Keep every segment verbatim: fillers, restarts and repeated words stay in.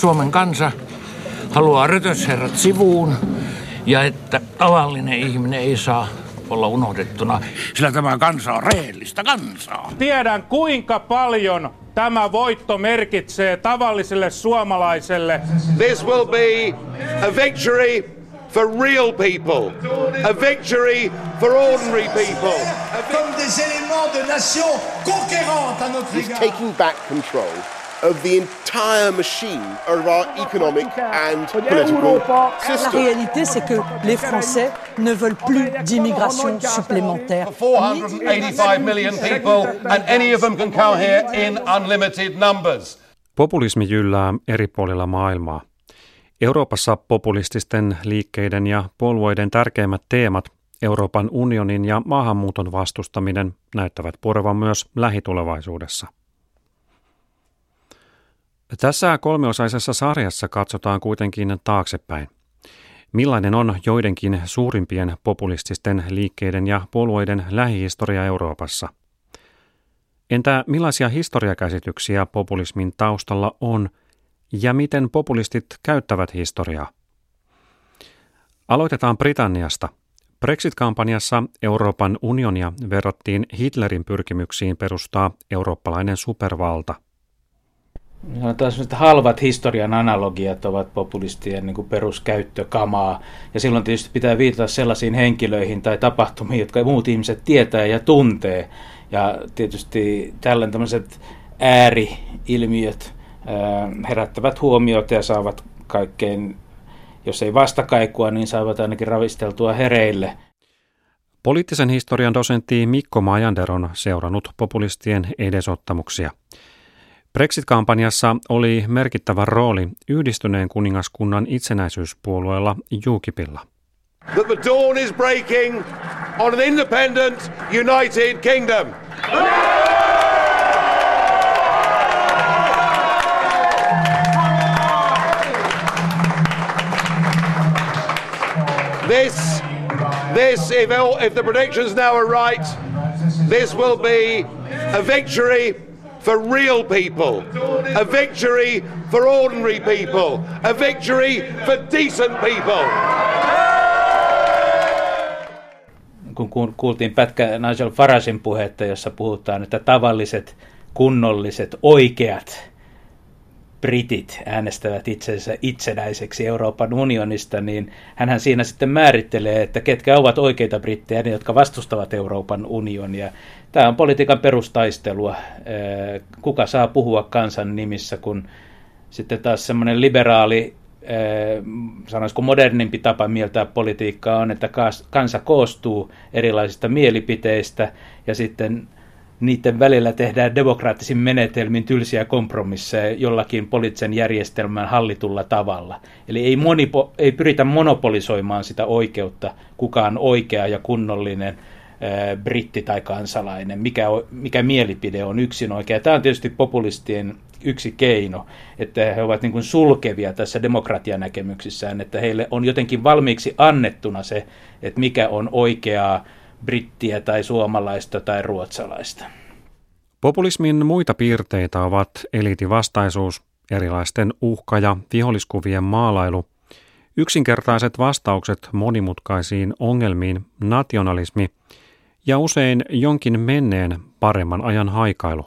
Suomen kansa haluaa rötösherrat sivuun ja että tavallinen ihminen ei saa olla unohdettuna, sillä tämä kansa on rehellistä kansaa. Tiedän kuinka paljon tämä voitto merkitsee tavalliselle suomalaiselle. This will be a victory for real people, a victory for ordinary people. Comme des éléments de nation conquérante à notre égard. It's taking back control of the entire machine of our economic and political system. La réalité, c'est que les Français ne veulent plus d'immigration supplémentaire. four hundred eighty-five million people, and any of them can come here in unlimited numbers. Populismi jyllää eri puolilla maailmaa. Euroopassa populististen liikkeiden ja puolueiden tärkeimmät teemat, Euroopan unionin ja maahanmuuton vastustaminen, näyttävät purevan myös lähitulevaisuudessa. Tässä kolmeosaisessa sarjassa katsotaan kuitenkin taaksepäin. Millainen on joidenkin suurimpien populististen liikkeiden ja puolueiden lähihistoria Euroopassa? Entä millaisia historiakäsityksiä populismin taustalla on ja miten populistit käyttävät historiaa? Aloitetaan Britanniasta. Brexit-kampanjassa Euroopan unionia verrattiin Hitlerin pyrkimyksiin perustaa eurooppalainen supervalta. Sanotaan, että halvat historian analogiat ovat populistien niin kuin peruskäyttökamaa, ja silloin tietysti pitää viitata sellaisiin henkilöihin tai tapahtumiin, jotka muut ihmiset tietää ja tuntee, ja tietysti tällöin tämmöiset ääri-ilmiöt ää, herättävät huomiota ja saavat kaikkein, jos ei vastakaikua, niin saavat ainakin ravisteltua hereille. Poliittisen historian dosentti Mikko Majander on seurannut populistien edesottamuksia. Brexit-kampanjassa oli merkittävä rooli Yhdistyneen kuningaskunnan itsenäisyyspuolueella UKIPilla. That the dawn is breaking on an independent United Kingdom. This, this, if, if the predictions now are right, this will be a victory for real people, a victory for ordinary people, a victory for decent people. Kun kuultiin pätkä Nigel Faragen puhetta, jossa puhutaan, että tavalliset, kunnolliset, oikeat britit äänestävät itsensä itsenäiseksi Euroopan unionista, niin hänhän siinä sitten määrittelee, että ketkä ovat oikeita brittejä, ne jotka vastustavat Euroopan unionia. Tämä on politiikan perustaistelua. Kuka saa puhua kansan nimissä, kun sitten taas semmoinen liberaali, sanoisiko modernimpi tapa mieltää politiikkaa on, että kansa koostuu erilaisista mielipiteistä ja sitten niiden välillä tehdään demokraattisin menetelmin tylsiä kompromisseja jollakin poliittisen järjestelmän hallitulla tavalla. Eli ei, monipo, ei pyritä monopolisoimaan sitä oikeutta, kuka on oikea ja kunnollinen ää, britti tai kansalainen, mikä, mikä mielipide on yksin oikea. Tämä on tietysti populistien yksi keino, että he ovat niin kuin sulkevia tässä demokratianäkemyksissään, että heille on jotenkin valmiiksi annettuna se, että mikä on oikeaa brittiä tai suomalaista tai ruotsalaista. Populismin muita piirteitä ovat eliitivastaisuus, erilaisten uhka- ja viholliskuvien maalailu, yksinkertaiset vastaukset monimutkaisiin ongelmiin, nationalismi ja usein jonkin menneen paremman ajan haikailu.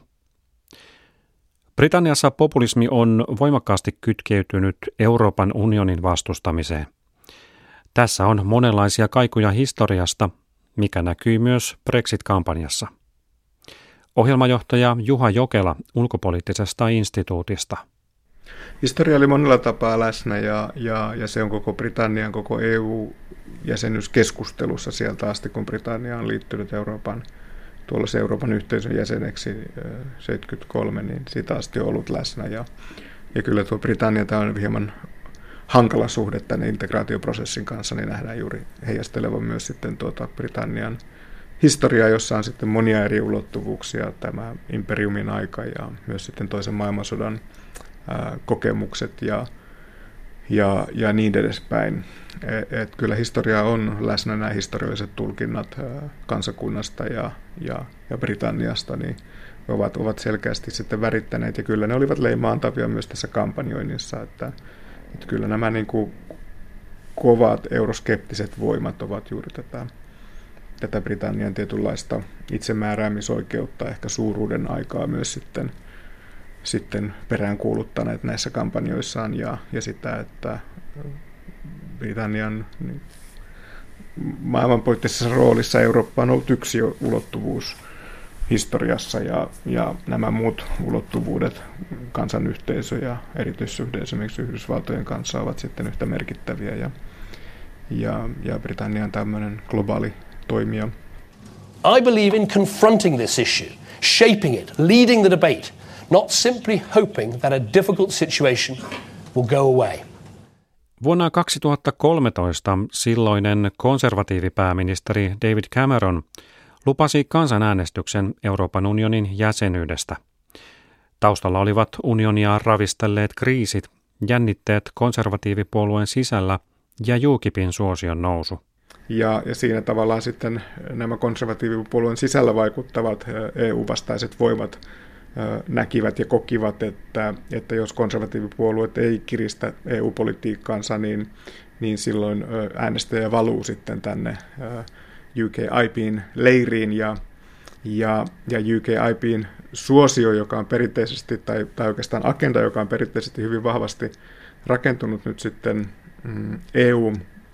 Britanniassa populismi on voimakkaasti kytkeytynyt Euroopan unionin vastustamiseen. Tässä on monenlaisia kaikuja historiasta, mikä näkyi myös Brexit-kampanjassa. Ohjelmajohtaja Juha Jokela Ulkopoliittisesta instituutista. Historia oli monella tapaa läsnä ja, ja, ja se on koko Britannian, koko E U-jäsenyyskeskustelussa sieltä asti, kun Britannia on liittynyt Euroopan, tuollaisen Euroopan yhteisön jäseneksi seitsemänkymmentäkolme, niin siitä asti on ollut läsnä. Ja, ja kyllä tuo Britannia, tämä on hieman hankala suhde tänne integraatioprosessin kanssa, niin nähdään juuri heijastelevan myös sitten tuota Britannian historiaa, jossa on sitten monia eri ulottuvuuksia, tämä imperiumin aika ja myös sitten toisen maailmansodan ää, kokemukset ja, ja, ja niin edespäin. Et, et kyllä historia on läsnä, nämä historialliset tulkinnat ää, kansakunnasta ja, ja, ja Britanniasta, niin ovat, ovat selkeästi sitten värittäneet, ja kyllä ne olivat leimaantavia myös tässä kampanjoinnissa, että, että kyllä nämä niin kuin kovat euroskeptiset voimat ovat juuri tätä, tätä Britannian tietynlaista itsemääräämisoikeutta, ehkä suuruuden aikaa myös sitten, sitten peräänkuuluttaneet näissä kampanjoissaan, ja, ja sitä, että Britannian niin, maailmanpoliittisessa roolissa Eurooppa on ollut yksi ulottuvuus historiassa, ja, ja nämä muut ulottuvuudet, kansanyhteisö ja erityisyhteisö esimerkiksi Yhdysvaltojen kanssa, ovat sitten yhtä merkittäviä, ja, ja, ja Britannia on tämmöinen globaali toimija. I believe in confronting this issue, shaping it, leading the debate, not simply hoping that a difficult situation will go away. Vuonna kaksituhattakolmetoista silloinen konservatiivipääministeri David Cameron lupasi kansanäänestyksen Euroopan unionin jäsenyydestä. Taustalla olivat unionia ravistelleet kriisit, jännitteet konservatiivipuolueen sisällä ja UKIPin suosion nousu. Ja, ja siinä tavallaan sitten nämä konservatiivipuolueen sisällä vaikuttavat E U-vastaiset voimat näkivät ja kokivat, että, että jos konservatiivipuolueet ei kiristä E U-politiikkaansa, niin, niin silloin äänestäjä valuu sitten tänne U K I P:n leiriin, ja, ja, ja U K I P:n suosio, joka on perinteisesti, tai, tai oikeastaan agenda, joka on perinteisesti hyvin vahvasti rakentunut nyt sitten mm, E U,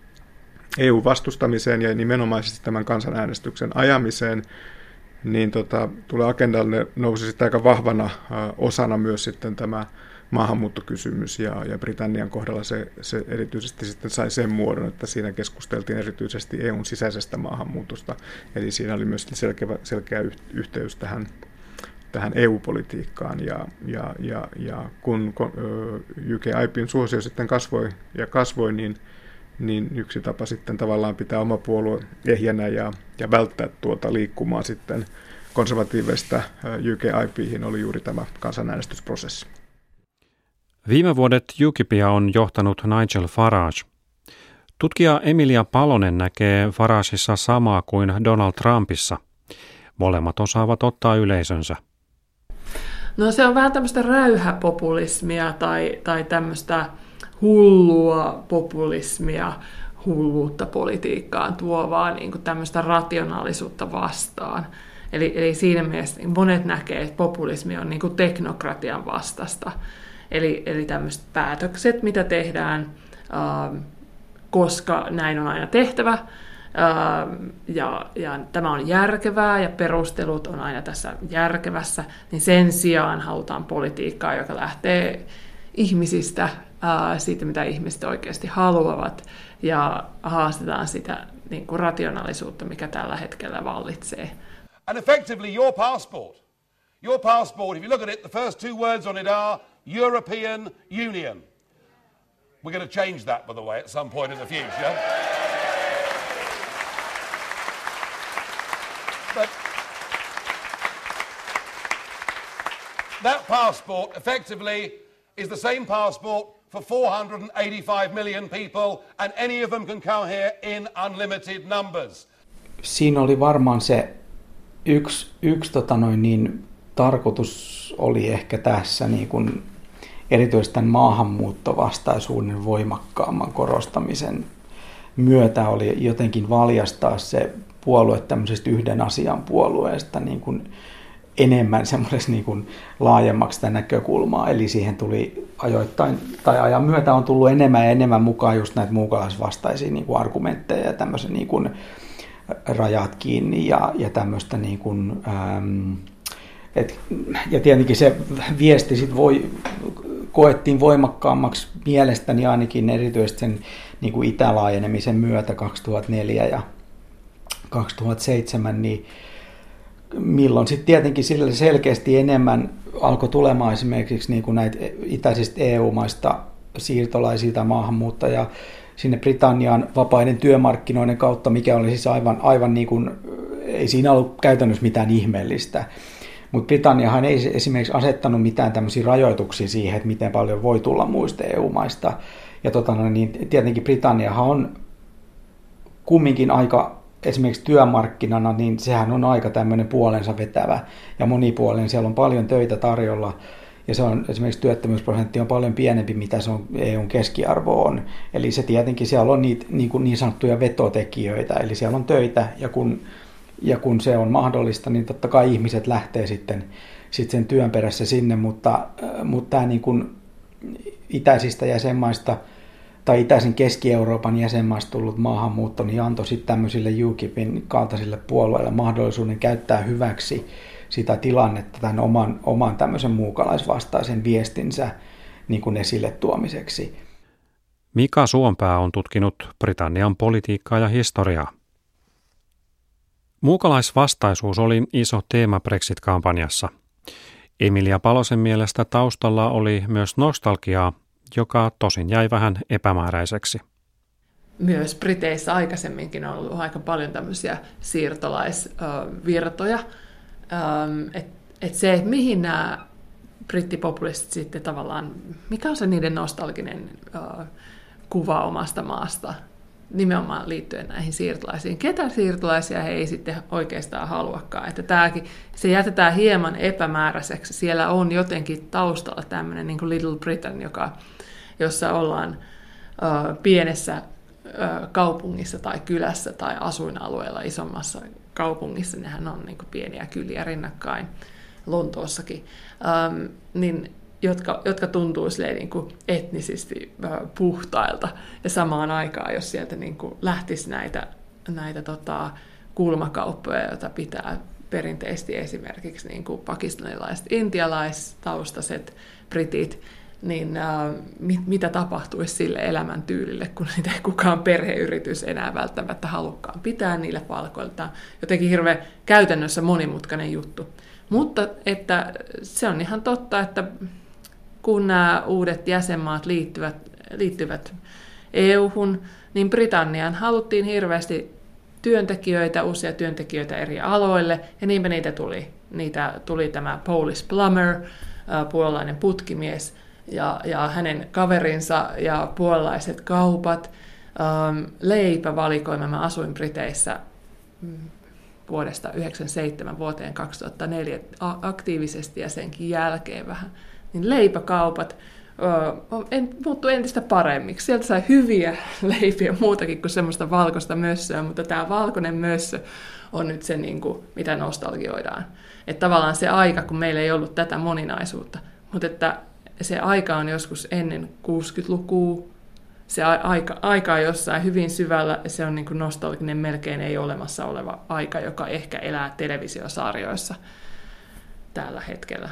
E U-vastustamiseen ja nimenomaisesti tämän kansanäänestyksen ajamiseen, niin tota, tulee agendalle nousi sitten aika vahvana äh, osana myös sitten tämä maahanmuuttokysymys, ja, ja Britannian kohdalla se, se erityisesti sitten sai sen muodon, että siinä keskusteltiin erityisesti E U:n sisäisestä maahanmuutosta, eli siinä oli myös selkeä, selkeä yhteys tähän, tähän E U-politiikkaan, ja, ja, ja, ja kun U K I P:n suosio sitten kasvoi ja kasvoi, niin niin yksi tapa sitten tavallaan pitää oma puolue ehjänä ja, ja välttää tuota liikkumaan sitten konservatiiveista U K I P:hin oli juuri tämä kansanäänestysprosessi. Viime vuodet UKIPia on johtanut Nigel Farage. Tutkija Emilia Palonen näkee Farageissa samaa kuin Donald Trumpissa. Molemmat osaavat ottaa yleisönsä. No se on vähän tämmöistä räyhäpopulismia tai, tai tämmöistä hullua populismia, hulluutta politiikkaan tuovaa niin kuin tämmöistä rationaalisuutta vastaan. Eli, eli siinä mielessä monet näkee, että populismi on niin kuin teknokratian vastasta. Eli, eli tämmöiset päätökset, mitä tehdään, äh, koska näin on aina tehtävä, äh, ja, ja tämä on järkevää ja perustelut on aina tässä järkevässä, niin sen sijaan halutaan politiikkaa, joka lähtee ihmisistä, ää, siitä, mitä ihmiset oikeasti haluavat, ja haastetaan sitä niin kuin rationaalisuutta, mikä tällä hetkellä vallitsee. And effectively your passport, your passport, if you look at it, the first two words on it are European Union. We're going to change that, by the way, at some point in the future. But that passport effectively is the same passport for four hundred eighty-five million people, and any of them can come here in unlimited numbers. Siinä oli varmaan se yksi, yksi tota noin niin, tarkoitus oli ehkä tässä niin kuin erityisesti tämän maahanmuuttovastaisuuden voimakkaamman korostamisen myötä oli jotenkin valjastaa se puolue tämmöisestä yhden asian puolueesta niin kuin enemmän semmoisessa niin kuin laajemmaksi sitä näkökulmaa, eli siihen tuli ajoittain, tai ajan myötä on tullut enemmän ja enemmän mukaan just näitä muukalaisvastaisia niin kuin argumentteja ja tämmöisen niin kuin rajat kiinni ja, ja tämmöistä niin kuin, ähm, et, ja tietenkin se viesti sit voi, koettiin voimakkaammaksi mielestäni ainakin erityisesti sen niin kuin itälaajenemisen myötä kaksituhattaneljä ja kaksituhattaseitsemän, niin milloin sitten tietenkin sillä selkeästi enemmän alkoi tulemaan esimerkiksi niin kuin näitä itäisistä E U-maista siirtolaisia tai maahanmuuttajia sinne Britanniaan vapaiden työmarkkinoiden kautta, mikä oli siis aivan, aivan niin kuin, ei siinä ollut käytännössä mitään ihmeellistä. Mutta Britanniahan ei esimerkiksi asettanut mitään tämmöisiä rajoituksia siihen, että miten paljon voi tulla muista E U-maista. Ja tota, niin tietenkin Britanniahan on kumminkin aika esimerkiksi työmarkkinana, niin sehän on aika tämmöinen puolensa vetävä ja monipuolinen. Siellä on paljon töitä tarjolla ja se on, esimerkiksi työttömyysprosentti on paljon pienempi, mitä se on E U:n keskiarvo on. Eli se tietenkin siellä on niitä niin, kuin niin sanottuja vetotekijöitä, eli siellä on töitä ja kun, ja kun se on mahdollista, niin totta kai ihmiset lähtee sitten, sitten sen työn perässä sinne, mutta, mutta tämä niin kuin itäisistä jäsenmaista tai itäisen Keski-Euroopan jäsenmaista tullut maahanmuutto, niin antoi sitten tämmöisille U K I Pin kaltaisille puolueille mahdollisuuden käyttää hyväksi sitä tilannetta tämän oman, oman tämmöisen muukalaisvastaisen viestinsä niin kuin esille tuomiseksi. Mika Suompää on tutkinut Britannian politiikkaa ja historiaa. Muukalaisvastaisuus oli iso teema Brexit-kampanjassa. Emilia Palosen mielestä taustalla oli myös nostalgiaa, joka tosin jäi vähän epämääräiseksi. Myös Briteissä aikaisemminkin on ollut aika paljon tämmöisiä siirtolaisvirtoja. Että et se, että mihin nämä brittipopulistit sitten tavallaan, mikä on se niiden nostalginen kuva omasta maasta, nimenomaan liittyen näihin siirtolaisiin. Ketä siirtolaisia he ei sitten oikeastaan haluakaan. Että tämäkin, se jätetään hieman epämääräiseksi. Siellä on jotenkin taustalla tämmöinen niin kuin Little Britain, joka, jossa ollaan ö, pienessä ö, kaupungissa tai kylässä tai asuinalueella isommassa kaupungissa. Nehän on niin kuin pieniä kyliä rinnakkain Lontoossakin. Ähm, niin Jotka, jotka tuntuu silleen, niin kuin etnisesti äh, puhtailta. Ja samaan aikaan, jos sieltä niin kuin lähtisi näitä, näitä tota, kulmakauppoja, joita pitää perinteisesti esimerkiksi niin kuin pakistanilaiset, intialaistaustaiset britit, niin äh, mit, mitä tapahtuisi sille elämäntyylille, kun niitä ei kukaan perheyritys enää välttämättä halukkaan pitää niillä palkoilla. Tämä on jotenkin hirveän käytännössä monimutkainen juttu. Mutta että se on ihan totta, että kun nämä uudet jäsenmaat liittyvät, liittyvät E U-hun, niin Britanniaan haluttiin hirveästi työntekijöitä, uusia työntekijöitä eri aloille, ja niinpä niitä tuli. Niitä tuli tämä Polish plumber, puolalainen putkimies, ja, ja hänen kaverinsa ja puolalaiset kaupat. Leipävalikoima, mä asuin Briteissä vuodesta yhdeksänkymmentäseitsemän vuoteen kaksituhattaneljä aktiivisesti ja senkin jälkeen vähän. Niin leipäkaupat ö, muuttui entistä paremmiksi. Sieltä sai hyviä leipiä, muutakin kuin semmoista valkoista mössöä, mutta tämä valkoinen mössö on nyt se, niin kuin, mitä nostalgioidaan. Että tavallaan se aika, kun meillä ei ollut tätä moninaisuutta, mutta että se aika on joskus ennen kuusikymmentälukua, se aika, aika on jossain hyvin syvällä, se on niin kuin nostalginen, melkein ei olemassa oleva aika, joka ehkä elää televisiosarjoissa tällä hetkellä.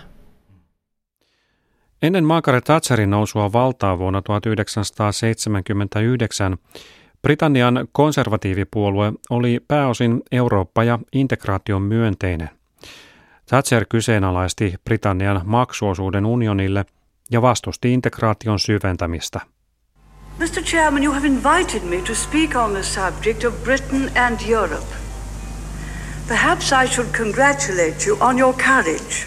Ennen Margaret Thatcherin nousua valtaan vuonna tuhatyhdeksänsataaseitsemänkymmentäyhdeksän Britannian konservatiivipuolue oli pääosin Eurooppa- ja integraation myönteinen. Thatcher kyseenalaisti Britannian maksuosuuden unionille ja vastusti integraation syventämistä. mister Chairman, you have invited me to speak on the subject of Britain and Europe. Perhaps I should congratulate you on your courage.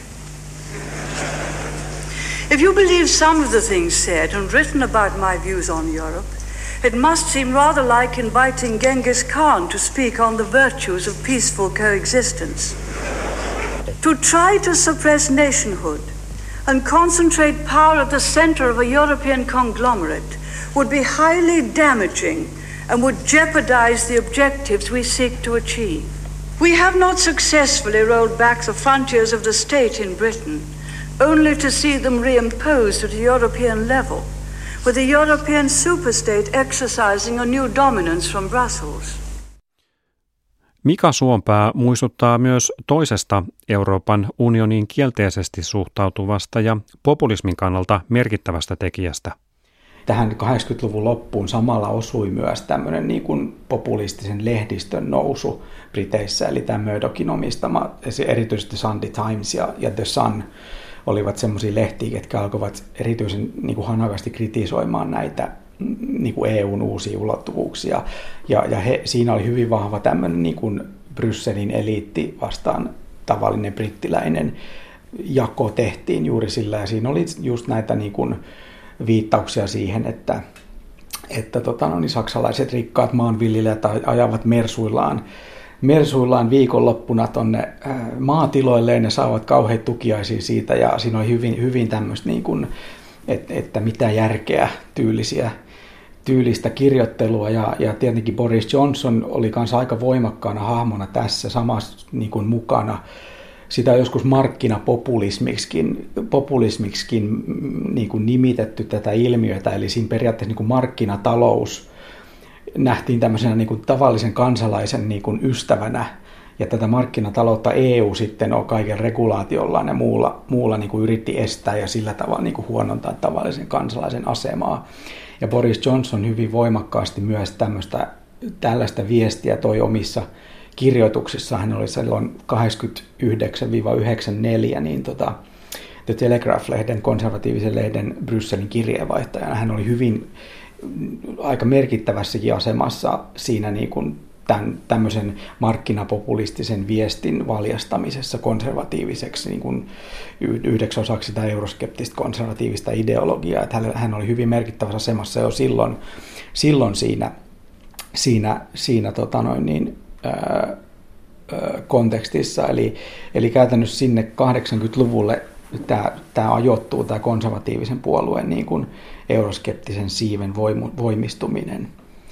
If you believe some of the things said and written about my views on Europe, it must seem rather like inviting Genghis Khan to speak on the virtues of peaceful coexistence. To try to suppress nationhood and concentrate power at the center of a European conglomerate would be highly damaging and would jeopardize the objectives we seek to achieve. We have not successfully rolled back the frontiers of the state in Britain, only to see them reimposed at a European level, with the European superstate exercising a new dominance from Brussels. Mika Suompää muistuttaa myös toisesta Euroopan unioniin kielteisesti suhtautuvasta ja populismin kannalta merkittävästä tekijästä. Tähän kahdeksankymmentäluvun loppuun samalla osui myös tämmöinen niin kuin populistisen lehdistön nousu Briteissä, eli tämä Murdochin omistama, erityisesti Sunday Times ja, ja The Sun olivat semmoisia lehtiä, jotka alkoivat erityisen niin kuin hanakasti kritisoimaan näitä niin kuin E U:n uusia ulottuvuuksia. Ja, ja he, siinä oli hyvin vahva tämmöinen niin kuin Brysselin eliitti vastaan tavallinen brittiläinen jako tehtiin juuri sillä. Ja siinä oli just näitä niin kuin viittauksia siihen, että, että tota, no, niin saksalaiset rikkaat maanviljelijät ajavat mersuillaan, mersuillaan viikonloppuna tuonne maatiloilleen ja saavat kauheita tukiaisia siitä, ja siinä oli hyvin, hyvin tämmöistä, niin kuin, että, että mitä järkeä tyylisiä, tyylistä kirjoittelua, ja, ja tietenkin Boris Johnson oli kanssa aika voimakkaana hahmona tässä samassa niin kuin mukana. Sitä on joskus markkinapopulismiksikin populismiksikin, niin kuin nimitetty tätä ilmiötä, eli siinä periaatteessa niin kuin markkinatalous nähtiin tämmöisenä niin kuin tavallisen kansalaisen niin kuin ystävänä, ja tätä markkinataloutta E U sitten on kaiken regulaatiollaan ja muulla, muulla niin kuin yritti estää ja sillä tavalla niin kuin huonontaa tavallisen kansalaisen asemaa. Ja Boris Johnson hyvin voimakkaasti myös tämmöistä, tällaista viestiä toi omissa kirjoituksissa. Hän oli silloin kahdeksankymmentäyhdeksän yhdeksänkymmentäneljä niin tota, The Telegraph-lehden, konservatiivisen lehden Brysselin kirjeenvaihtajana. Hän oli hyvin aika merkittävässäkin asemassa siinä niin kuin tämän, tämmöisen markkinapopulistisen viestin valjastamisessa konservatiiviseksi niin kuin yhdeksi osaksi sitä euroskeptistä konservatiivista ideologiaa. Että hän oli hyvin merkittävässä asemassa jo silloin, silloin siinä, siinä, siinä tota noin niin, ää, kontekstissa. Eli, eli käytännössä sinne kahdeksankymmentäluvulle tämä, tämä ajoittuu, tämä konservatiivisen puolueen niin kuin euroskeptisen siiven voimistuminen.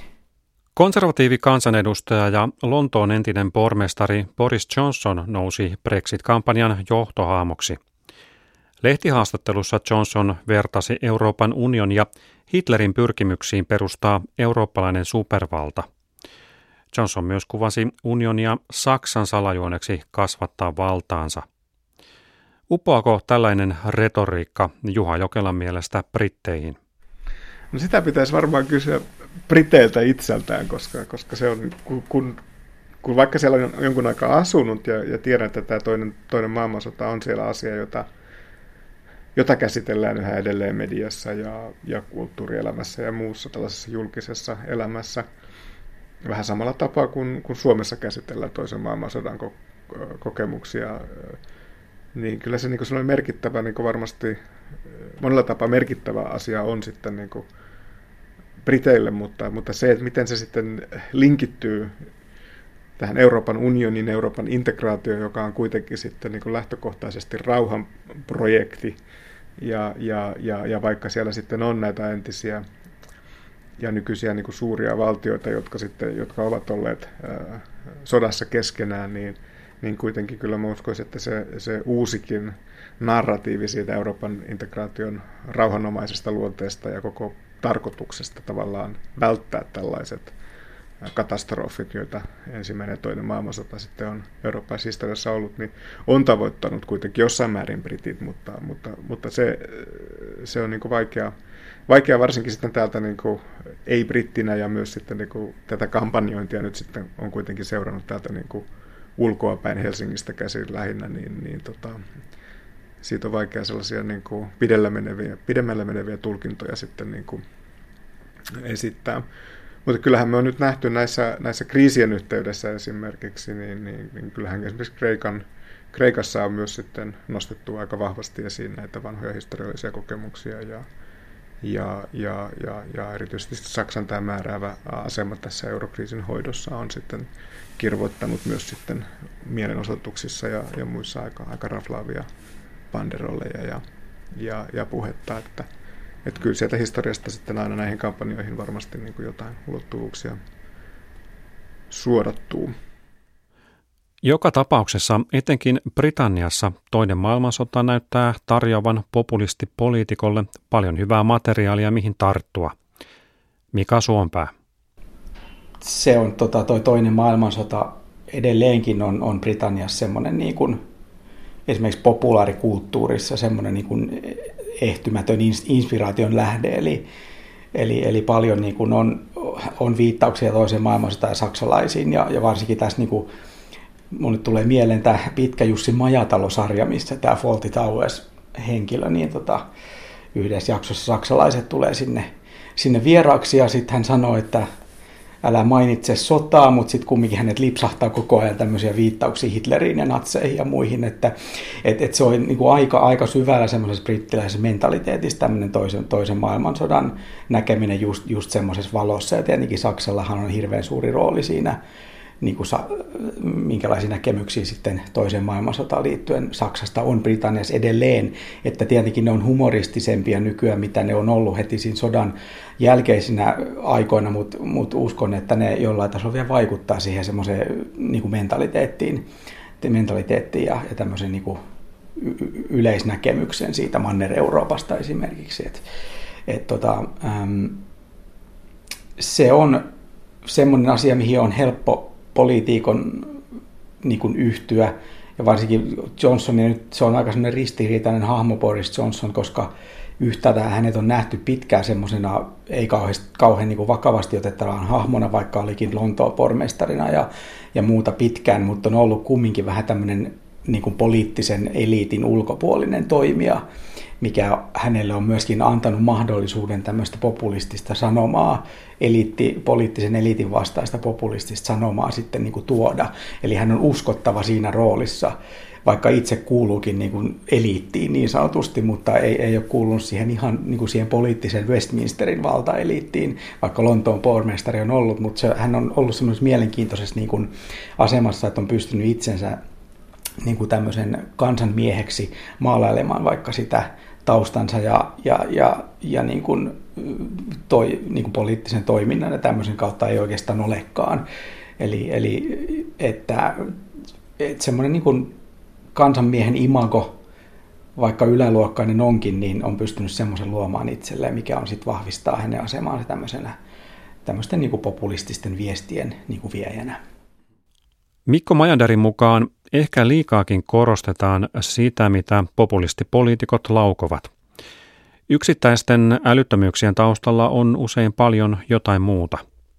Konservatiivikansanedustaja ja Lontoon entinen pormestari Boris Johnson nousi Brexit-kampanjan johtohaamoksi. Lehtihaastattelussa Johnson vertasi Euroopan unionia Hitlerin pyrkimyksiin perustaa eurooppalainen supervalta. Johnson myös kuvasi unionia Saksan salajuoneksi kasvattaa valtaansa. Uppoako tällainen retoriikka Juha Jokelan mielestä britteihin? No sitä pitäisi varmaan kysyä briteiltä itseltään, koska, koska se on, kun, kun vaikka siellä on jonkun aikaa asunut ja, ja tiedän, että tämä toinen, toinen maailmansota on siellä asia, jota, jota käsitellään yhä edelleen mediassa ja, ja kulttuurielämässä ja muussa tällaisessa julkisessa elämässä, vähän samalla tapaa kuin, kuin Suomessa käsitellään toisen maailmansodan kokemuksia, niin kyllä se niin kuin merkittävä, niin kuin varmasti monella tapaa merkittävä asia on sitten niin kuin briteille, mutta, mutta se, että miten se sitten linkittyy tähän Euroopan unionin, Euroopan integraatioon, joka on kuitenkin sitten niin kuin lähtökohtaisesti rauhanprojekti, ja, ja, ja, ja vaikka siellä sitten on näitä entisiä ja nykyisiä niin kuin suuria valtioita, jotka, sitten, jotka ovat olleet ää, sodassa keskenään, niin, niin kuitenkin kyllä mä uskoisin, että se, se uusikin narratiivi siitä Euroopan integraation rauhanomaisesta luonteesta ja koko tarkoituksesta tavallaan välttää tällaiset katastrofit, joita ensimmäinen ja toinen maailmansota sitten on Euroopan historiassa ollut, niin on tavoittanut kuitenkin jossain määrin britit, mutta, mutta, mutta se, se on niin kuin vaikea, vaikea varsinkin sitten täältä niin kuin ei-brittinä, ja myös sitten niin kuin tätä kampanjointia nyt sitten on kuitenkin seurannut täältä niin kuin ulkoapäin Helsingistä käsin lähinnä, niin, niin tota, siitä on vaikea sellaisia niin kuin pidemmälle meneviä, pidemmälle meneviä tulkintoja sitten niin kuin esittää. Mutta kyllähän me on nyt nähty näissä, näissä kriisien yhteydessä esimerkiksi, niin, niin, niin kyllähän esimerkiksi Kreikan, Kreikassa on myös sitten nostettu aika vahvasti esiin näitä vanhoja historiallisia kokemuksia, ja, ja, ja, ja, ja erityisesti Saksan tämä määräävä asema tässä eurokriisin hoidossa on sitten kirvoittanut myös sitten mielenosoituksissa ja, ja muissa aika, aika raflaavia banderolleja ja, ja, ja puhetta, että Että kyllä sieltä historiasta sitten aina näihin kampanjoihin varmasti niin kuin jotain ulottuvuuksia suodattuu. Joka tapauksessa etenkin Britanniassa toinen maailmansota näyttää tarjoavan populistipoliitikolle paljon hyvää materiaalia, mihin tarttua. Mika Suompää. Se on tota, toi toinen maailmansota edelleenkin on, on Britanniassa semmoinen niin kuin esimerkiksi populaarikulttuurissa semmoinen niin kuin ehtymätön inspiraation lähde, eli, eli, eli paljon niin kuin on, on viittauksia toiseen maailmansotaan ja saksalaisiin, ja, ja varsinkin tässä niin kuin, mulle tulee mieleen tämä pitkä Jussi Majatalo-sarja, missä tämä Fawlty Towers-henkilö, niin tota, yhdessä jaksossa saksalaiset tulee sinne, sinne vieraaksi, ja sitten hän sanoo, että älä mainitse sotaa, mutta sitten kumminkin hänet lipsahtaa koko ajan tämmöisiä viittauksia Hitleriin ja natseihin ja muihin, että et, et se on niin kuin aika, aika syvällä semmoisessa brittiläisessä mentaliteetissa tämmöinen toisen, toisen maailmansodan näkeminen just, just semmoisessa valossa, ja tietenkin Saksallahan on hirveän suuri rooli siinä, niin kuin sa, minkälaisia näkemyksiä sitten toiseen maailmansotaan liittyen Saksasta on Britanniassa edelleen, että tietenkin ne on humoristisempia nykyään, mitä ne on ollut heti siinä sodan jälkeisinä aikoina, mutta mut uskon, että ne jollain tasolla vielä vaikuttaa siihen semmoiseen niin kuin mentaliteettiin, mentaliteettiin ja, ja tämmöisen niin kuin yleisnäkemyksen siitä Manner-Euroopasta esimerkiksi. Et, et tota, äm, se on semmoinen asia, mihin on helppo poliitikon niin kuin yhtyä, ja varsinkin Johnsonin nyt se on aika semmoinen ristiriitainen hahmo Boris Johnson, koska yhtäältä hänet on nähty pitkään semmoisena ei kauhean, kauhean niin kuin vakavasti otettavan hahmona, vaikka olikin Lontoon pormestarina ja, ja muuta pitkään, mutta on ollut kumminkin vähän tämmöinen niin kuin poliittisen eliitin ulkopuolinen toimija, mikä hänelle on myöskin antanut mahdollisuuden tämmöistä populistista sanomaa, eliitti, poliittisen eliitin vastaista populistista sanomaa sitten niin kuin tuoda. Eli hän on uskottava siinä roolissa, vaikka itse kuuluukin niin kuin eliittiin niin sanotusti, mutta ei, ei ole kuulunut siihen ihan niin kuin siihen poliittisen Westminsterin valtaeliittiin, vaikka Lontoon pormestari on ollut, mutta se, hän on ollut semmoisessa mielenkiintoisessa niin kuin asemassa, että on pystynyt itsensä niin kuin tämmöisen kansanmieheksi maalailemaan vaikka sitä taustansa ja, ja, ja, ja niin kuin toi, niin kuin poliittisen toiminnan ja tämmöisen kautta ei oikeastaan olekaan. Eli, eli että, että semmoinen niin kuin kansanmiehen imago, vaikka yläluokkainen onkin, niin on pystynyt semmoisen luomaan itselleen, mikä on sitten vahvistaa hänen asemaansa tämmöisenä, tämmöisten niin kuin populististen viestien niin kuin viejänä. Mikko Majanderin mukaan ehkä liikaakin korostetaan sitä, mitä populistipoliitikot laukovat. Yksittäisten älyttömyyksien taustalla on usein paljon jotain muuta.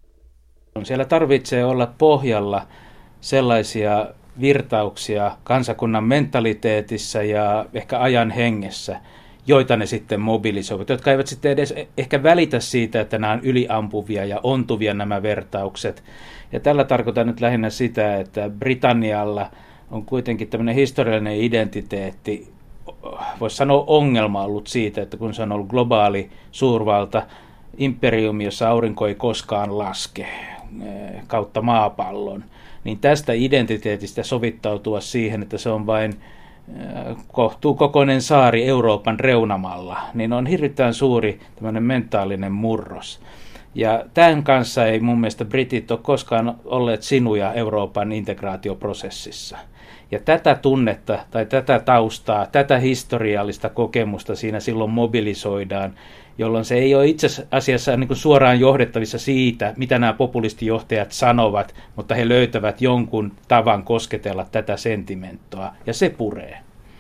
Siellä tarvitsee olla pohjalla sellaisia virtauksia kansakunnan mentaliteetissa ja ehkä ajan hengessä, joita ne sitten mobilisoivat, jotka eivät sitten edes ehkä välitä siitä, että nämä on yliampuvia ja ontuvia nämä vertaukset. Ja tällä tarkoitan nyt lähinnä sitä, että Britannialla on kuitenkin tämmöinen historiallinen identiteetti, voisi sanoa ongelma ollut siitä, että kun se on ollut globaali suurvalta, imperiumi, jossa aurinko ei koskaan laske kautta maapallon, niin tästä identiteetistä sovittautua siihen, että se on vain kohtuukokoinen saari Euroopan reunamalla, niin on hirvittävän suuri tämmöinen mentaalinen murros. Ja tämän kanssa ei mun mielestä britit ole koskaan olleet sinuja Euroopan integraatioprosessissa. Ja tätä tunnetta tai tätä taustaa, tätä historiallista kokemusta siinä silloin mobilisoidaan, jolloin se ei ole itse asiassa niin kuin suoraan johdettavissa siitä, mitä nämä populistijohtajat sanovat, mutta he löytävät jonkun tavan kosketella tätä sentimenttoa, ja se puree.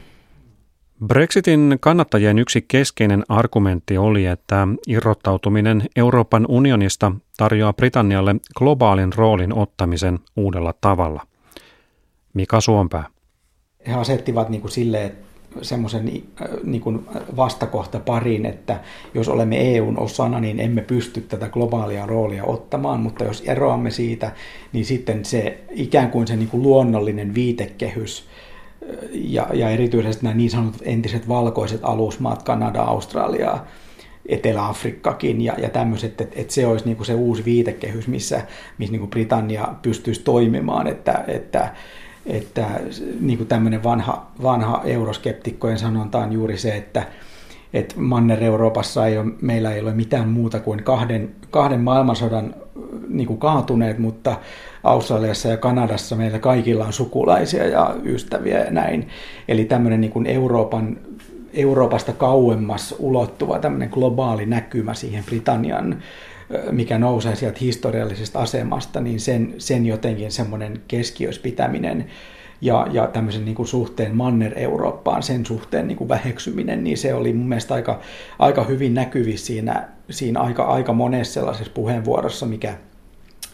Brexitin kannattajien yksi keskeinen argumentti oli, että irrottautuminen Euroopan unionista tarjoaa Britannialle globaalin roolin ottamisen uudella tavalla. Mika Suompää. He asettivat niin kuin silleen semmoisen niin kuin vastakohta pariin, että jos olemme E U:n osana, niin emme pysty tätä globaalia roolia ottamaan, mutta jos eroamme siitä, niin sitten se ikään kuin se niin kuin luonnollinen viitekehys ja, ja erityisesti nämä niin sanotut entiset valkoiset alusmaat, Kanada, Australia, Etelä-Afrikkakin ja, ja tämmöiset, että, että se olisi niin kuin se uusi viitekehys, missä, missä niin kuin Britannia pystyisi toimimaan, että, että että niin kuin tämmöinen vanha, vanha euroskeptikkojen sanonta on juuri se, että, että Manner-Euroopassa ei ole, meillä ei ole mitään muuta kuin kahden, kahden maailmansodan niin kuin kaatuneet, mutta Australiassa ja Kanadassa meillä kaikilla on sukulaisia ja ystäviä ja näin. Eli tämmöinen niin kuin Euroopan, Euroopasta kauemmas ulottuva tämmöinen globaali näkymä siihen Britannian, mikä nousee sieltä historiallisesta asemasta, niin sen, sen jotenkin semmoinen keskiössä pitäminen ja, ja tämmöisen niin kuin suhteen Manner-Eurooppaan, sen suhteen niin kuin väheksyminen, niin se oli mun mielestä aika, aika hyvin näkyvissä siinä, siinä aika, aika monessa sellaisessa puheenvuorossa, mikä,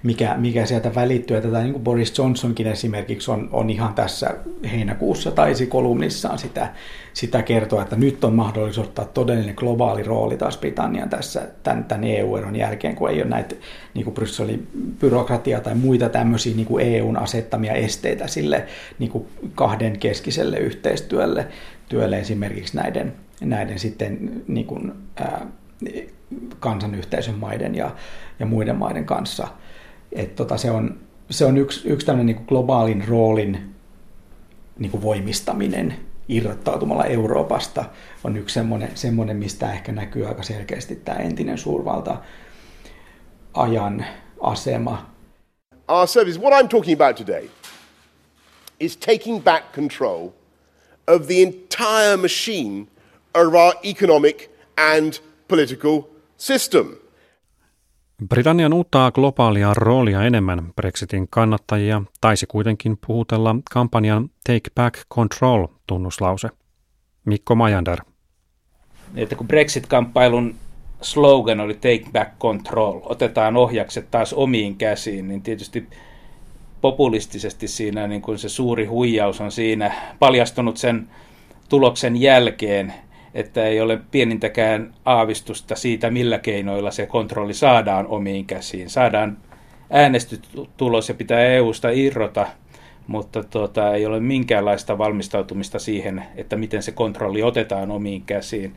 mikä, mikä sieltä välittyy. Tätä niin kuin Boris Johnsonkin esimerkiksi on, on ihan tässä heinäkuussa taisi kolumnissaan sitä, sitä kertoa, että nyt on mahdollisuus ottaa todellinen globaali rooli taas Britannian tässä tämän, tämän E U-eron jälkeen, kun ei ole näitä niin kuin Brysselin byrokratia tai muita tämmöisiä niin kuin E U:n asettamia esteitä sille niin kuin kahden keskiselle yhteistyölle työlle esimerkiksi näiden, näiden sitten niin kuin, ää, kansanyhteisön maiden ja, ja muiden maiden kanssa. Et tota, se on, se on yksi, yksi tämmöinen niin kuin globaalin roolin niin kuin voimistaminen irrottautumalla Euroopasta on yksi semmoinen, semmoinen, mistä ehkä näkyy aika selkeästi tämä entinen suurvalta ajan asema. Our service, what I'm talking about today, is taking back control of the entire machine of our economic and political system. Britannian uuttaa globaalia roolia enemmän Brexitin kannattajia taisi kuitenkin puhutella kampanjan Take Back Control -tunnuslause. Mikko Majander. Että kun Brexit-kamppailun slogan oli Take Back Control, otetaan ohjakset taas omiin käsiin, niin tietysti populistisesti siinä niin kuin se suuri huijaus on siinä paljastunut sen tuloksen jälkeen, että ei ole pienintäkään aavistusta siitä, millä keinoilla se kontrolli saadaan omiin käsiin. Saadaan äänestystulos ja pitää E U:sta irrota, mutta tuota, ei ole minkäänlaista valmistautumista siihen, että miten se kontrolli otetaan omiin käsiin.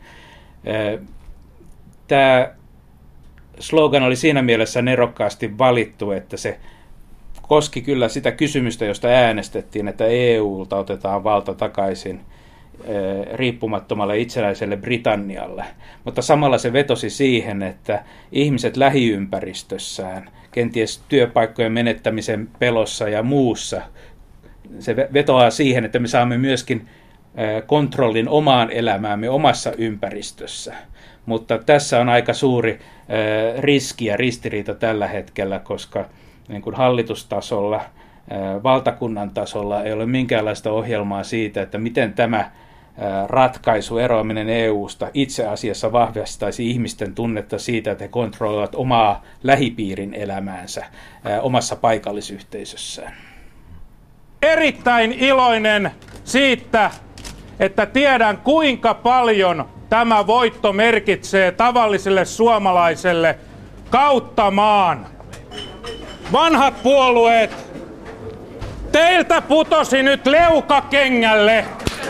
Tämä slogan oli siinä mielessä nerokkaasti valittu, että se koski kyllä sitä kysymystä, josta äänestettiin, että E U:lta otetaan valta takaisin riippumattomalle itsenäiselle Britannialle. Mutta samalla se vetosi siihen, että ihmiset lähiympäristössään, kenties työpaikkojen menettämisen pelossa ja muussa, se vetoaa siihen, että me saamme myöskin kontrollin omaan elämäämme omassa ympäristössä. Mutta tässä on aika suuri riski ja ristiriita tällä hetkellä, koska niin kuin hallitustasolla, valtakunnan tasolla ei ole minkäänlaista ohjelmaa siitä, että miten tämä ratkaisu, eroaminen E U:sta itse asiassa vahvistaisi ihmisten tunnetta siitä, että he kontrolloivat omaa lähipiirin elämäänsä omassa paikallisyhteisössään. Erittäin iloinen siitä, että tiedän kuinka paljon tämä voitto merkitsee tavalliselle suomalaiselle kautta maan. Vanhat puolueet, teiltä putosi nyt leuka kengälle.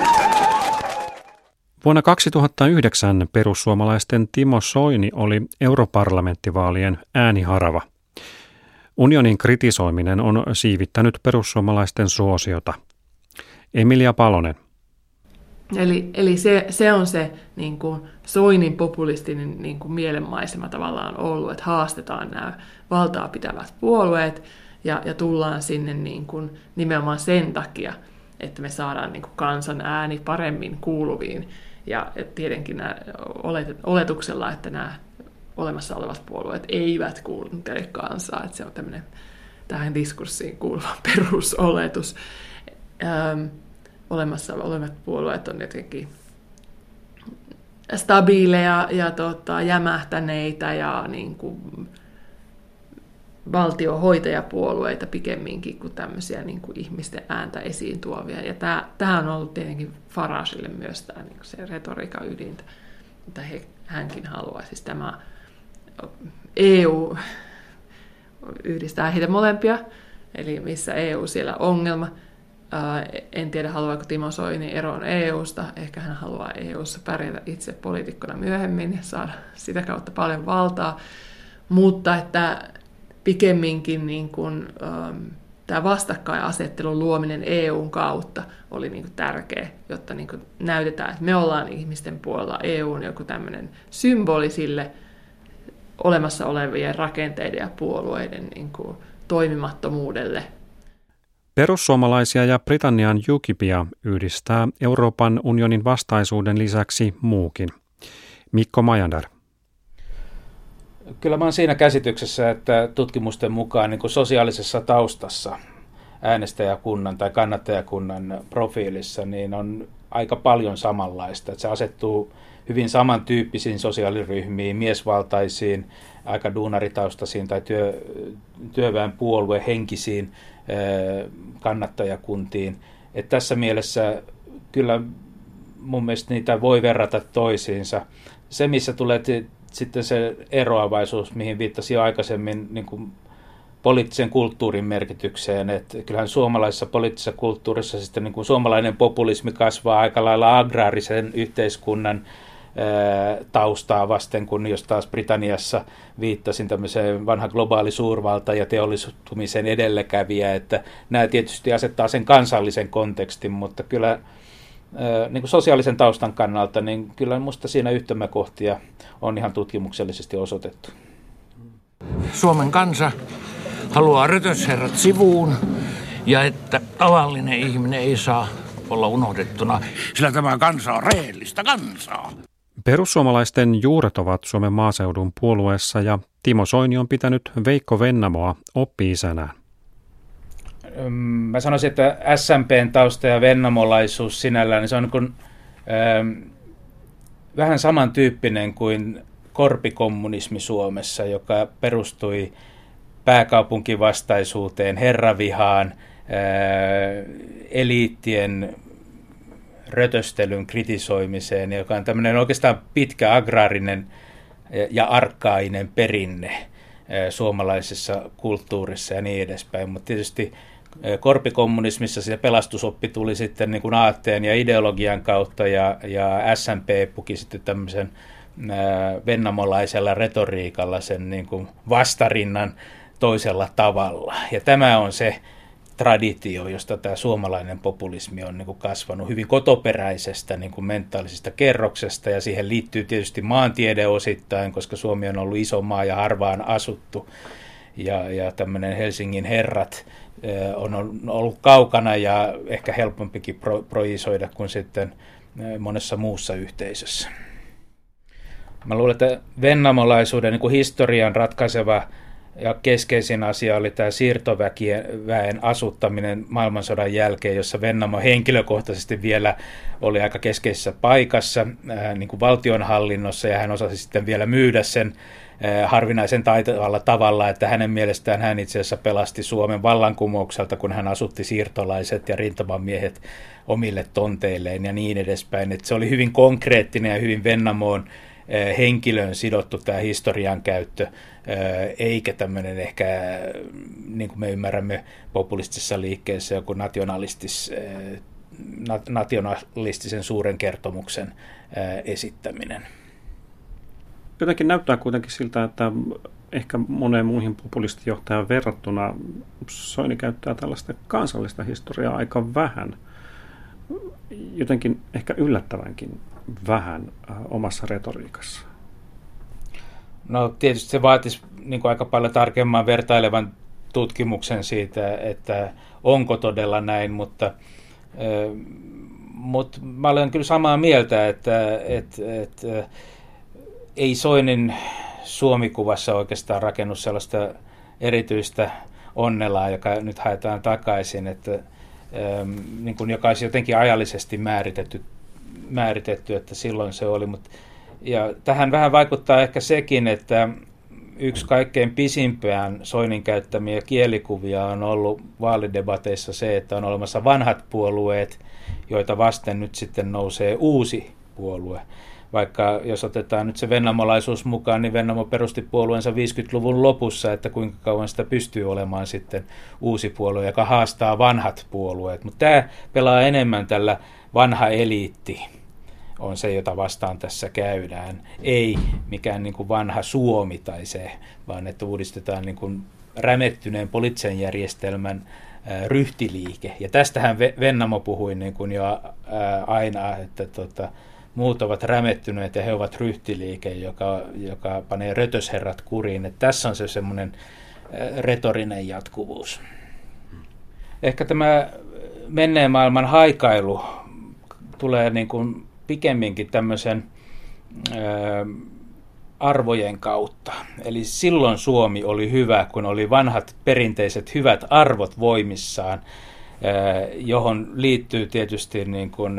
Vuonna kaksituhattayhdeksän perussuomalaisten Timo Soini oli europarlamenttivaalien ääniharava. Unionin kritisoiminen on siivittänyt perussuomalaisten suosiota. Emilia Palonen. Eli, eli se, se on se niin kuin Soinin populistinen niin kuin mielenmaisema tavallaan ollut, että haastetaan nämä valtaa pitävät puolueet ja, ja tullaan sinne niin kuin nimenomaan sen takia, että me saadaan niin kuin kansan ääni paremmin kuuluviin. Ja tietenkin nämä olet, oletuksella, että nämä olemassa olevat puolueet eivät kuuntele kansaa, että se on tämmöinen tähän diskurssiin kuuluva perusoletus. Ähm, olemassa olevat puolueet on jotenkin stabiileja ja tota, jämähtäneitä ja niin kuin valtiohoitajapuolueita pikemminkin kuin tämmöisiä niin kuin ihmisten ääntä esiin tuovia. Ja tämä, tämä on ollut tietenkin Faragelle myös tämä, niin kuin se retoriikan ydintä, mitä he, hänkin haluaa. Siis tämä E U yhdistää heitä molempia, eli missä E U siellä ongelma. En tiedä, haluaako Timo Soini eroon E U:sta. Ehkä hän haluaa E U:ssa pärjätä itse poliitikkona myöhemmin ja saada sitä kautta paljon valtaa. Mutta että pikemminkin niin kuin, ähm, tämä vastakkainasettelun luominen E U:n kautta oli niin kuin tärkeä, jotta niin kuin näytetään, että me ollaan ihmisten puolella. E U on joku tämmöinen symboli sille olemassa olevien rakenteiden ja puolueiden niin kuin toimimattomuudelle. Perussuomalaisia ja Britannian UKIPia yhdistää Euroopan unionin vastaisuuden lisäksi muukin. Mikko Majander. Kyllä mä oon siinä käsityksessä, että tutkimusten mukaan niin kuin sosiaalisessa taustassa äänestäjäkunnan tai kannattajakunnan profiilissa niin on aika paljon samanlaista. Että se asettuu hyvin samantyyppisiin sosiaaliryhmiin, miesvaltaisiin, aika duunaritaustaisiin tai työ, työväenpuoluehenkisiin kannattajakuntiin. Et tässä mielessä kyllä mun mielestä niitä voi verrata toisiinsa. Se, missä tulee t- sitten se eroavaisuus, mihin viittasin jo aikaisemmin, niin kuin poliittisen kulttuurin merkitykseen, että kyllähän suomalaisessa poliittisessa kulttuurissa sitten niin kuin suomalainen populismi kasvaa aika lailla agraarisen yhteiskunnan taustaa vasten, kun jos taas Britanniassa viittasin tämmöiseen vanha globaali suurvalta ja teollistumisen edelläkävijä, että nämä tietysti asettaa sen kansallisen kontekstin, mutta kyllä niin kuin sosiaalisen taustan kannalta, niin kyllä minusta siinä yhtymäkohtia on ihan tutkimuksellisesti osoitettu. Suomen kansa haluaa rötösherrat sivuun ja että tavallinen ihminen ei saa olla unohdettuna, sillä tämä kansa on rehellistä kansaa. Perussuomalaisten juuret ovat Suomen maaseudun puolueessa ja Timo Soini on pitänyt Veikko Vennamoa oppi-isänään. Mä sanoisin, että S M P:n tausta ja vennamolaisuus sinällään, niin se on niin kuin, ähm, vähän samantyyppinen kuin korpikommunismi Suomessa, joka perustui pääkaupunkivastaisuuteen, herravihaan, äh, eliittien rötöstelyn kritisoimiseen, joka on tämmöinen oikeastaan pitkä agraarinen ja arkkainen perinne äh, suomalaisessa kulttuurissa ja niin edespäin, mutta tietysti korpikommunismissa se pelastusoppi tuli sitten niin kuin aatteen ja ideologian kautta ja, ja S M P puki sitten tämmöisen ää, vennamolaisella retoriikalla sen niin kuin vastarinnan toisella tavalla. Ja tämä on se traditio, josta tämä suomalainen populismi on niin kuin kasvanut hyvin kotoperäisestä niin kuin mentaalisesta kerroksesta ja siihen liittyy tietysti maantiede osittain, koska Suomi on ollut iso maa ja harvaan asuttu ja, ja tämmöinen Helsingin herrat on ollut kaukana ja ehkä helpompikin pro, projisoida kuin sitten monessa muussa yhteisössä. Mä luulen, että vennamolaisuuden niin kuin historian ratkaiseva ja keskeisin asia oli tämä siirtoväen asuttaminen maailmansodan jälkeen, jossa Vennamo henkilökohtaisesti vielä oli aika keskeisessä paikassa niin kuin valtionhallinnossa ja hän osasi sitten vielä myydä sen harvinaisen taitavalla tavalla, että hänen mielestään hän itse asiassa pelasti Suomen vallankumoukselta, kun hän asutti siirtolaiset ja rintamamiehet omille tonteilleen ja niin edespäin. Että se oli hyvin konkreettinen ja hyvin Vennamoon henkilöön sidottu tämä historian käyttö, eikä tämmöinen ehkä, niin kuin me ymmärrämme populistisessa liikkeessä, joku nationalistis, nationalistisen suuren kertomuksen esittäminen. Jotenkin näyttää kuitenkin siltä, että ehkä moneen muihin populistijohtajaan verrattuna Soini käyttää tällaista kansallista historiaa aika vähän. Jotenkin ehkä yllättävänkin vähän omassa retoriikassa. No tietysti se vaatisi niin kuin aika paljon tarkemman vertailevan tutkimuksen siitä, että onko todella näin, mutta, äh, mutta mä olen kyllä samaa mieltä, että, että, että ei Soinin Suomi-kuvassa oikeastaan rakennut sellaista erityistä onnelaa, joka nyt haetaan takaisin, että, ähm, niin kuin joka olisi jotenkin ajallisesti määritetty, määritetty, että silloin se oli. Mut, ja tähän vähän vaikuttaa ehkä sekin, että yksi kaikkein pisimpään Soinin käyttämiä kielikuvia on ollut vaalidebateissa se, että on olemassa vanhat puolueet, joita vasten nyt sitten nousee uusi puolue. Vaikka jos otetaan nyt se vennamolaisuus mukaan, niin Vennamo perusti puolueensa viisikymmentäluvun lopussa, että kuinka kauan sitä pystyy olemaan sitten uusi puolue, joka haastaa vanhat puolueet. Mutta tämä pelaa enemmän tällä vanha eliitti on se, jota vastaan tässä käydään. Ei mikään niin kuin vanha Suomi tai se, vaan että uudistetaan niin kuin rämettyneen poliittisen järjestelmän ää, ryhtiliike. Ja tästähän Vennamo puhui niin kuin jo ää, aina, että tota, muut ovat rämettyneet ja he ovat ryhtiliike, joka, joka panee rötösherrat kuriin. Että tässä on se semmoinen retorinen jatkuvuus. Ehkä tämä menneen maailman haikailu tulee niin kuin pikemminkin tämmöisen ää, arvojen kautta. Eli silloin Suomi oli hyvä, kun oli vanhat perinteiset hyvät arvot voimissaan. johon liittyy tietysti niin kuin,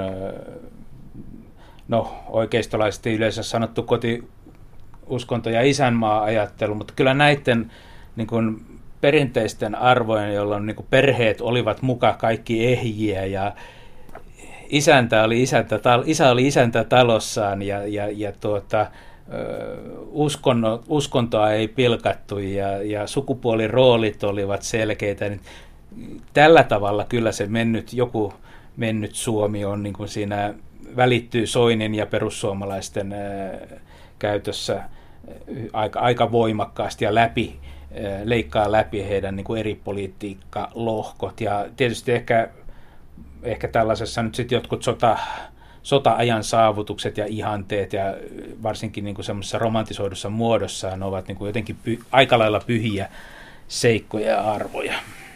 no, oikeistolaisesti yleensä sanottu kotiuskonto ja isänmaa-ajattelu, mutta kyllä näiden niin kuin perinteisten arvojen, jolloin niin kuin perheet olivat muka kaikki ehjiä ja isäntä oli isäntä, isä oli isäntä talossaan ja, ja, ja tuota, uskonno, uskontoa ei pilkattu ja, ja sukupuoliroolit olivat selkeitä, niin tällä tavalla kyllä se mennyt, joku mennyt Suomi on niin kuin siinä välittyy Soinin ja perussuomalaisten ää, käytössä aika, aika voimakkaasti ja läpi, ää, leikkaa läpi heidän niin kuin eri politiikkalohkot. Ja tietysti ehkä, ehkä tällaisessa nyt sitten jotkut sota, sota-ajan saavutukset ja ihanteet ja varsinkin niin kuin semmoisessa romantisoidussa muodossaan ovat niin kuin jotenkin py, aika lailla pyhiä seikkoja ja arvoja.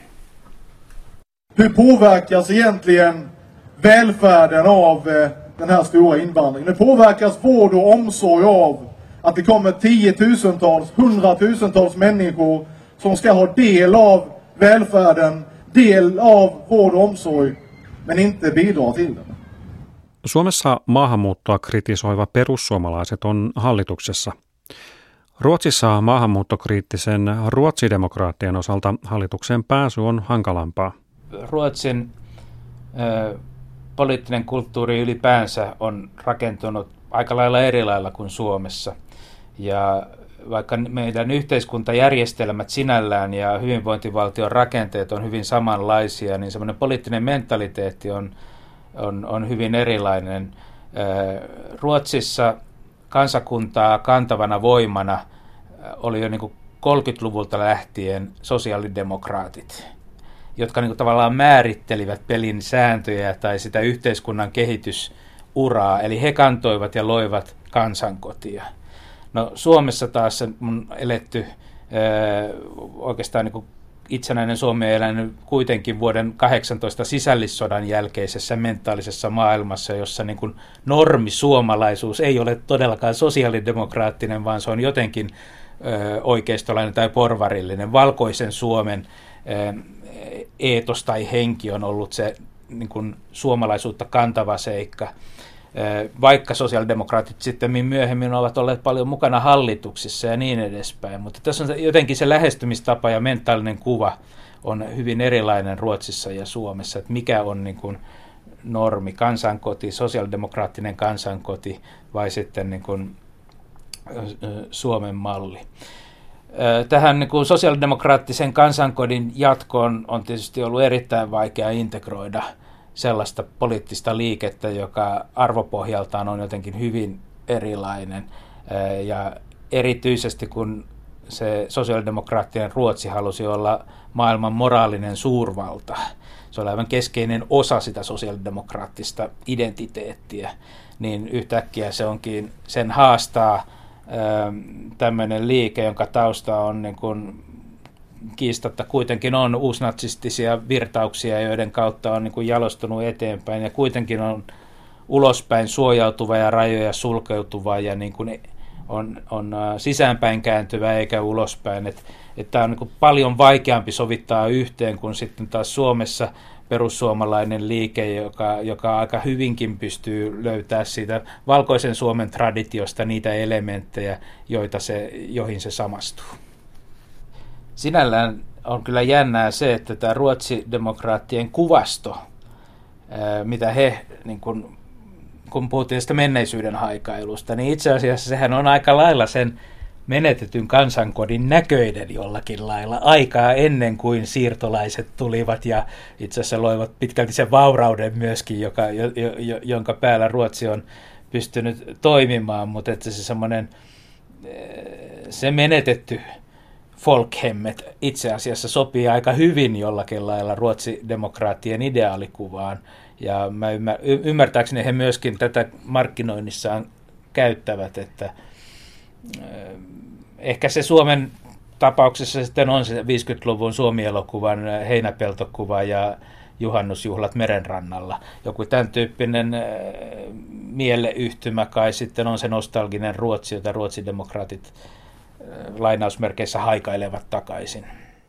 Hur påverkas egentligen välfärden av den här stora invandringen? Hur påverkas vård och omsorg av att det kommer tiotusentals, hundratusentals människor som ska ha del av välfärden, del av vård och omsorg, men inte bidra till den? Suomessa maahanmuuttoa kritisoiva perussuomalaiset on hallituksessa. Ruotsissa maahanmuuttokriittisen ruotsidemokraattien osalta hallitukseen pääsy on hankalampaa. Ruotsin ö, poliittinen kulttuuri ylipäänsä on rakentunut aika lailla eri lailla kuin Suomessa. Ja vaikka meidän yhteiskuntajärjestelmät sinällään ja hyvinvointivaltion rakenteet on hyvin samanlaisia, niin semmoinen poliittinen mentaliteetti on, on, on hyvin erilainen. Ö, Ruotsissa kansakuntaa kantavana voimana oli jo niin kuin kolmekymmentäluvulta lähtien sosiaalidemokraatit, jotka niin kuin tavallaan määrittelivät pelin sääntöjä tai sitä yhteiskunnan kehitysuraa, eli he kantoivat ja loivat kansankotia. No Suomessa taas on eletty, oikeastaan niin kuin itsenäinen Suomi on elänyt kuitenkin vuoden kahdeksantoista sisällissodan jälkeisessä mentaalisessa maailmassa, jossa niin kuin normisuomalaisuus ei ole todellakaan sosiaalidemokraattinen, vaan se on jotenkin oikeistolainen tai porvarillinen. Valkoisen Suomen eetos tai henki on ollut se niin kuin suomalaisuutta kantava seikka, vaikka sosiaalidemokraatit sitten myöhemmin ovat olleet paljon mukana hallituksissa ja niin edespäin. Mutta tässä on jotenkin se lähestymistapa ja mentaalinen kuva on hyvin erilainen Ruotsissa ja Suomessa, että mikä on niin kuin normi, kansankoti, sosiaalidemokraattinen kansankoti vai sitten niin kuin Suomen malli. Tähän niin kuin sosiaalidemokraattisen kansankodin jatkoon on tietysti ollut erittäin vaikea integroida sellaista poliittista liikettä, joka arvopohjaltaan on jotenkin hyvin erilainen. Ja erityisesti kun se sosiaalidemokraattinen Ruotsi halusi olla maailman moraalinen suurvalta, se oli aivan keskeinen osa sitä sosiaalidemokraattista identiteettiä, niin yhtäkkiä se onkin, sen haastaa tämmöinen liike, jonka tausta on niin kuin kiistatta kuitenkin on uusnatsistisia virtauksia, joiden kautta on niin kuin jalostunut eteenpäin ja kuitenkin on ulospäin suojautuva ja rajoja sulkeutuva ja niin kuin on, on sisäänpäin kääntyvä eikä ulospäin. Että et tämä on niin kuin paljon vaikeampi sovittaa yhteen kuin sitten taas Suomessa perussuomalainen liike, joka, joka aika hyvinkin pystyy löytämään siitä valkoisen Suomen traditiosta niitä elementtejä, joita se, joihin se samastuu. Sinällään on kyllä jännää se, että tämä ruotsidemokraattien kuvasto, mitä he, niin kun, kun puhuttiin sitä menneisyyden haikailusta, niin itse asiassa sehän on aika lailla sen menetetyn kansankodin näköinen jollakin lailla aikaa ennen kuin siirtolaiset tulivat ja itse asiassa loivat pitkälti sen vaurauden myöskin, joka, jo, jo, jonka päällä Ruotsi on pystynyt toimimaan, mutta että se semmoinen se menetetty folkhemmet itse asiassa sopii aika hyvin jollakin lailla ruotsidemokraattien ideaalikuvaan ja mä ymmär, ymmärtääkseni he myöskin tätä markkinoinnissaan käyttävät, että ehkä se Suomen tapauksessa sitten on se viisikymmentäluvun Suomi-elokuvan heinäpeltokuva ja juhannusjuhlat merenrannalla. Joku tämän tyyppinen mieleyhtymä kai sitten on se nostalginen Ruotsi, jota ruotsidemokraatit lainausmerkeissä haikailevat takaisin.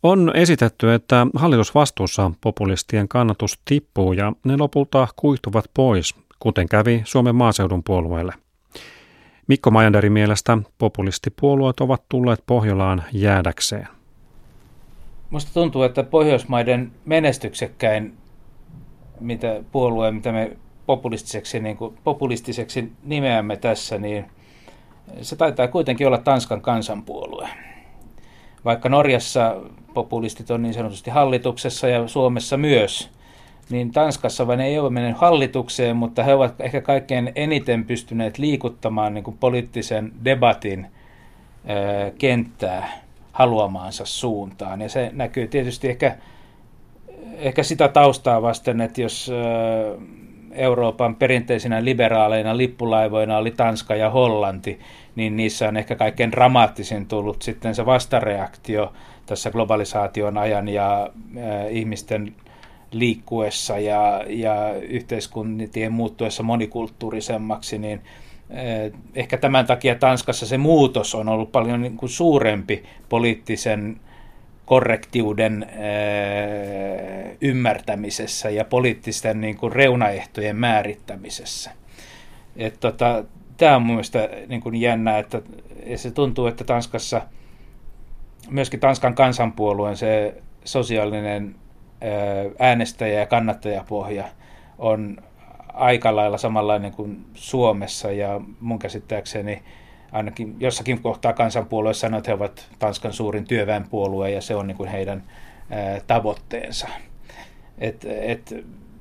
On esitetty, että hallitusvastuussa populistien kannatus tippuu ja ne lopulta kuihtuvat pois, kuten kävi Suomen maaseudun puolueelle. Mikko Majanderin mielestä populistipuolueet ovat tulleet Pohjolaan jäädäkseen. Musta tuntuu, että Pohjoismaiden menestyksekkäin mitä puolue, mitä me populistiseksi, niin kuin, populistiseksi nimeämme tässä, niin se taitaa kuitenkin olla Tanskan kansanpuolue. Vaikka Norjassa populistit on niin sanotusti hallituksessa ja Suomessa myös, niin Tanskassa vain ei ole mennyt hallitukseen, mutta he ovat ehkä kaikkein eniten pystyneet liikuttamaan niin kuin poliittisen debatin ää, kenttää haluamaansa suuntaan. Ja se näkyy tietysti ehkä, ehkä sitä taustaa vasten, että jos ää, Euroopan perinteisinä liberaaleina lippulaivoina oli Tanska ja Hollanti, niin niissä on ehkä kaikkein dramaattisin tullut sitten se vastareaktio tässä globalisaation ajan ja ää, ihmisten liikkuessa ja, ja yhteiskuntien muuttuessa monikulttuurisemmaksi, niin eh, ehkä tämän takia Tanskassa se muutos on ollut paljon niin kuin suurempi poliittisen korrektiuden eh, ymmärtämisessä ja poliittisten niin kuin reunaehtojen määrittämisessä. Et tota, tämä on mun mielestä niin kuin jännä, että se tuntuu, että Tanskassa, myöskin Tanskan kansanpuolueen se sosiaalinen äänestäjä- ja kannattajapohja on aika lailla samanlainen kuin Suomessa, ja mun käsittääkseni ainakin jossakin kohtaa kansanpuolue sanoo, että he ovat Tanskan suurin työväenpuolue, ja se on niin kuin heidän ää, tavoitteensa. Et, et,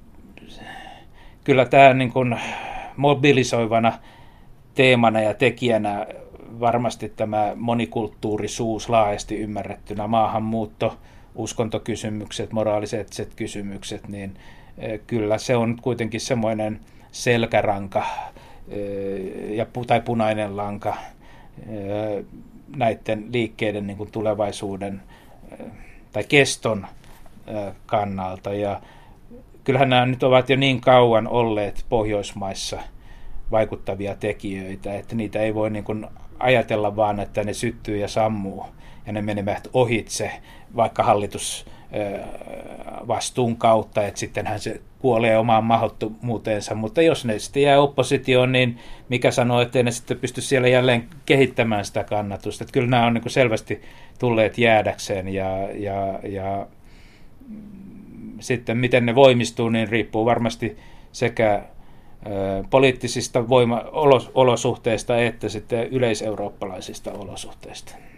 kyllä tämä niin kuin mobilisoivana teemana ja tekijänä varmasti tämä monikulttuurisuus laajasti ymmärrettynä, maahanmuutto, uskontokysymykset, moraaliset kysymykset, niin kyllä se on kuitenkin semmoinen selkäranka ja, tai punainen lanka näiden liikkeiden niin kuin tulevaisuuden tai keston kannalta. Ja kyllähän nämä nyt ovat jo niin kauan olleet Pohjoismaissa vaikuttavia tekijöitä, että niitä ei voi niin kuin ajatella vaan, että ne syttyy ja sammuu ja ne menevät ohitse, vaikka hallitus vastuun kautta, että sittenhän se kuolee omaan mahdottomuuteensa, mutta jos ne sitten jää oppositioon, niin mikä sanoo, ettei ne sitten pysty siellä jälleen kehittämään sitä kannatusta. Että kyllä nämä on niin kuin selvästi tulleet jäädäkseen ja, ja, ja sitten miten ne voimistuu, niin riippuu varmasti sekä poliittisista voima- olosuhteista että sitten yleiseurooppalaisista olosuhteista.